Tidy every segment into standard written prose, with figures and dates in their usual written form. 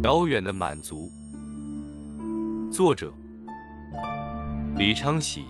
遥远的满足。作者：李昌喜。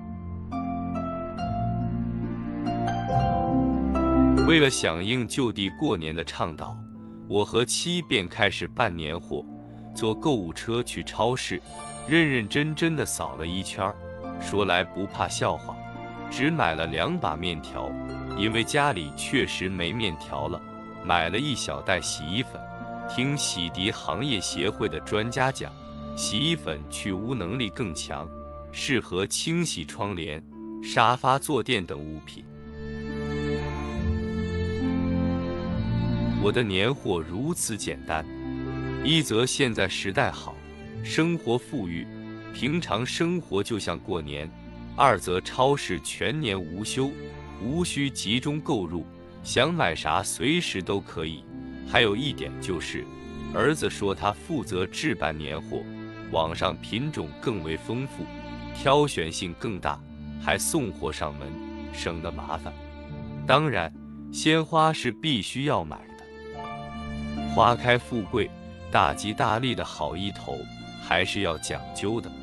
为了响应就地过年的倡导，我和妻便开始办年货，坐购物车去超市，认认真真的扫了一圈。说来不怕笑话，只买了2把面条，因为家里确实没面条了。买了1小袋洗衣粉，听洗涤行业协会的专家讲，洗衣粉去污能力更强，适合清洗窗帘、沙发、坐垫等物品。我的年货如此简单，一则现在时代好，生活富裕，平常生活就像过年；二则超市全年无休，无需集中购入，想买啥随时都可以。还有一点就是，儿子说他负责置办年货，网上品种更为丰富，挑选性更大，还送货上门，省得麻烦。当然，鲜花是必须要买的。花开富贵，大吉大利的好意头还是要讲究的。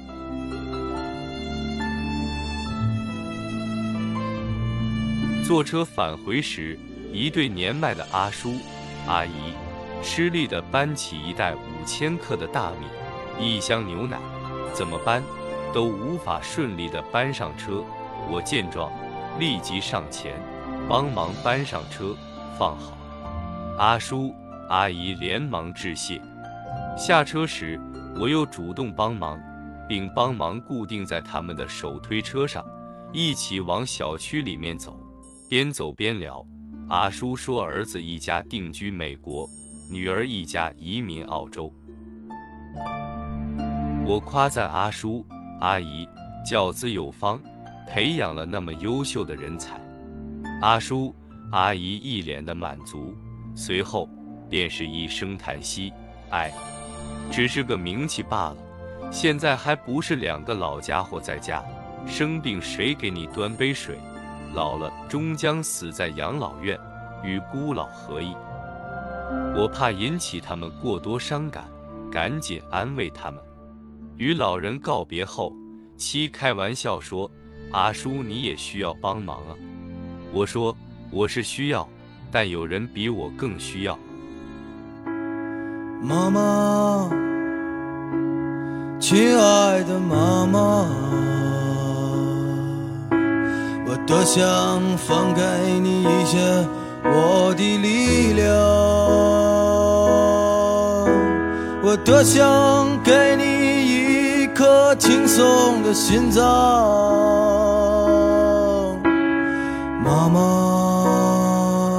坐车返回时，一对年迈的阿叔阿姨吃力地搬起一袋5000克的大米，1箱牛奶，怎么搬都无法顺利地搬上车。我见状，立即上前帮忙搬上车，放好。阿叔阿姨连忙致谢。下车时，我又主动帮忙，并帮忙固定在他们的手推车上，一起往小区里面走。边走边聊，阿叔说儿子一家定居美国，女儿一家移民澳洲。我夸赞阿叔阿姨教子有方，培养了那么优秀的人才。阿叔阿姨一脸的满足，随后便是一声叹息，哎，只是个名气罢了，现在还不是2个老家伙在家，生病谁给你端杯水？老了终将死在养老院，与孤老何异？我怕引起他们过多伤感，赶紧安慰他们。与老人告别后，妻开玩笑说：“阿叔你也需要帮忙啊。”我说：“我是需要，但有人比我更需要。” 妈妈，亲爱的妈妈，我多想放给你一些我的力量，我多想给你一颗轻松的心脏。妈妈，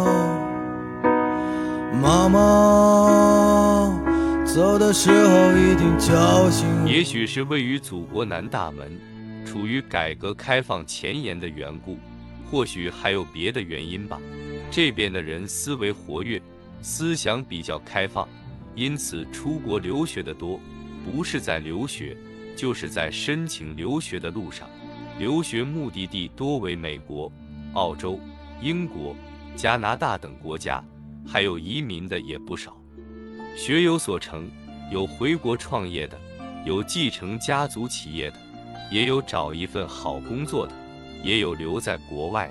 妈妈，走的时候一定叫醒我。 也许是位于祖国南大门，处于改革开放前沿的缘故，或许还有别的原因吧。这边的人思维活跃，思想比较开放，因此出国留学的多，不是在留学，就是在申请留学的路上。留学目的地多为美国、澳洲、英国、加拿大等国家，还有移民的也不少。学有所成，有回国创业的，有继承家族企业的，也有找一份好工作的，也有留在国外的。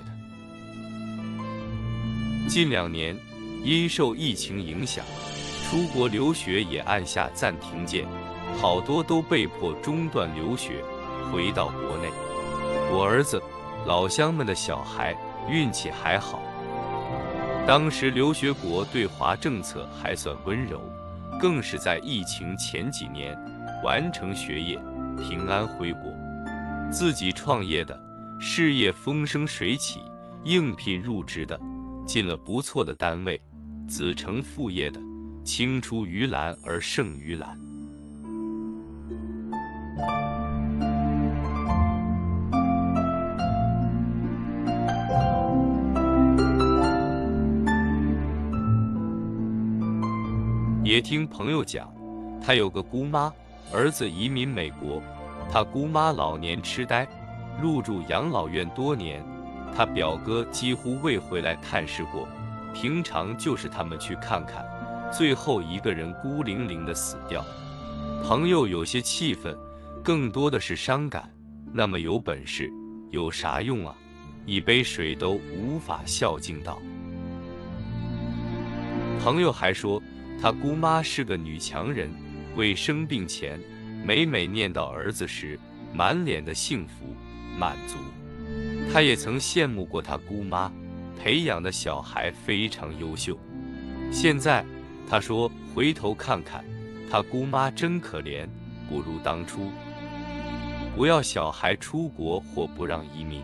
近2年，因受疫情影响，出国留学也按下暂停键，好多都被迫中断留学，回到国内。我儿子、老乡们的小孩运气还好，当时留学国对华政策还算温柔，更是在疫情前几年完成学业，平安回国。自己创业的，事业风生水起，应聘入职的，进了不错的单位，子承父业的，青出于蓝而胜于蓝。也听朋友讲，他有个姑妈，儿子移民美国，他姑妈老年痴呆，入住养老院多年，他表哥几乎未回来探视过，平常就是他们去看看， 最后一个人孤零零地死掉。朋友有些气愤，更多的是伤感。那么有本事有啥用啊？一杯水都无法孝敬到。朋友还说，他姑妈是个女强人，未生病前，每念到儿子时，满脸的幸福满足。他也曾羡慕过他姑妈培养的小孩非常优秀。现在他说，回头看看，他姑妈真可怜，不如当初。不要小孩出国或不让移民。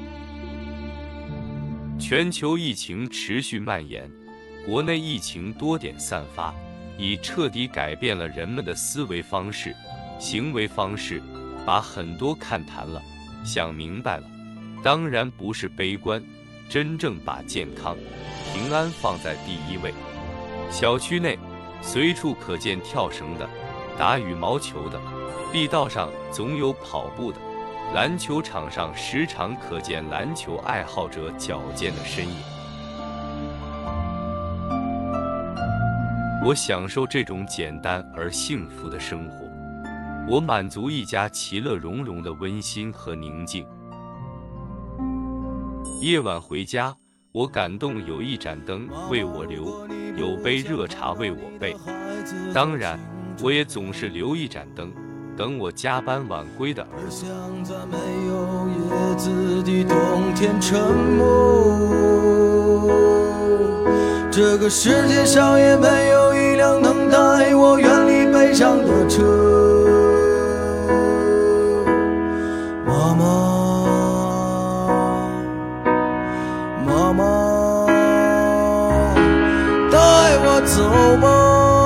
全球疫情持续蔓延，国内疫情多点散发，已彻底改变了人们的思维方式、行为方式，把很多看淡了，想明白了。当然不是悲观，真正把健康、平安放在第一位。小区内随处可见跳绳的、打羽毛球的，地道上总有跑步的，篮球场上时常可见篮球爱好者矫健的身影。我享受这种简单而幸福的生活，我满足一家其乐融融的温馨和宁静。夜晚回家，我感动有一盏灯为我留，有杯热茶为我备。当然，我也总是留一盏灯，等我加班晚归的儿子。 像在没有叶子的冬天沉默，这个世界上也没有一辆能带我远离悲伤的车。妈妈，妈妈，带我走吧，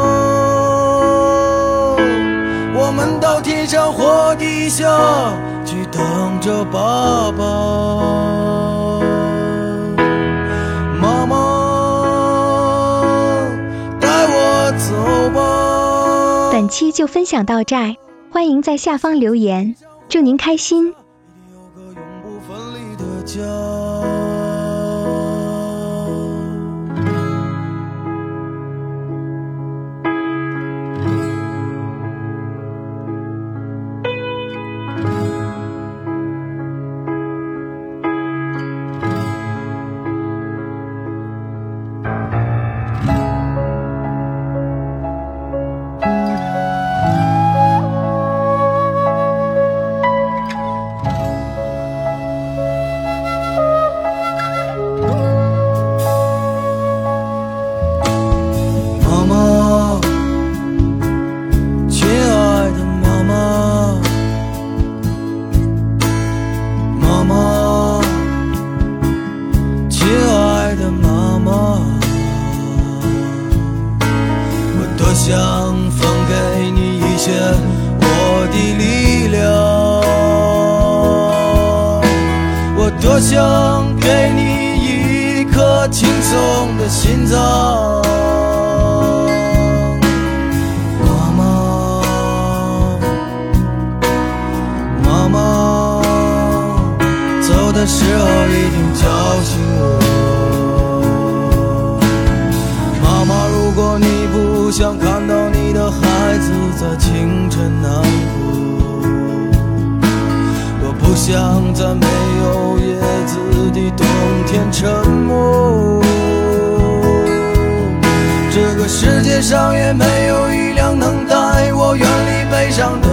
我们到天上或地下去等着爸爸。妈妈，带我走吧。 本期就分享到这儿，欢迎在下方留言，祝您开心。 有个永不分离的家。想分给你一些我的力量，我多想给你一颗轻松的心脏。妈妈，妈妈，走的时候一定叫醒我。妈妈，如果你不想看到你的孩子在清晨难过，我不想在没有叶子的冬天沉默，这个世界上也没有一辆能带我远离悲伤的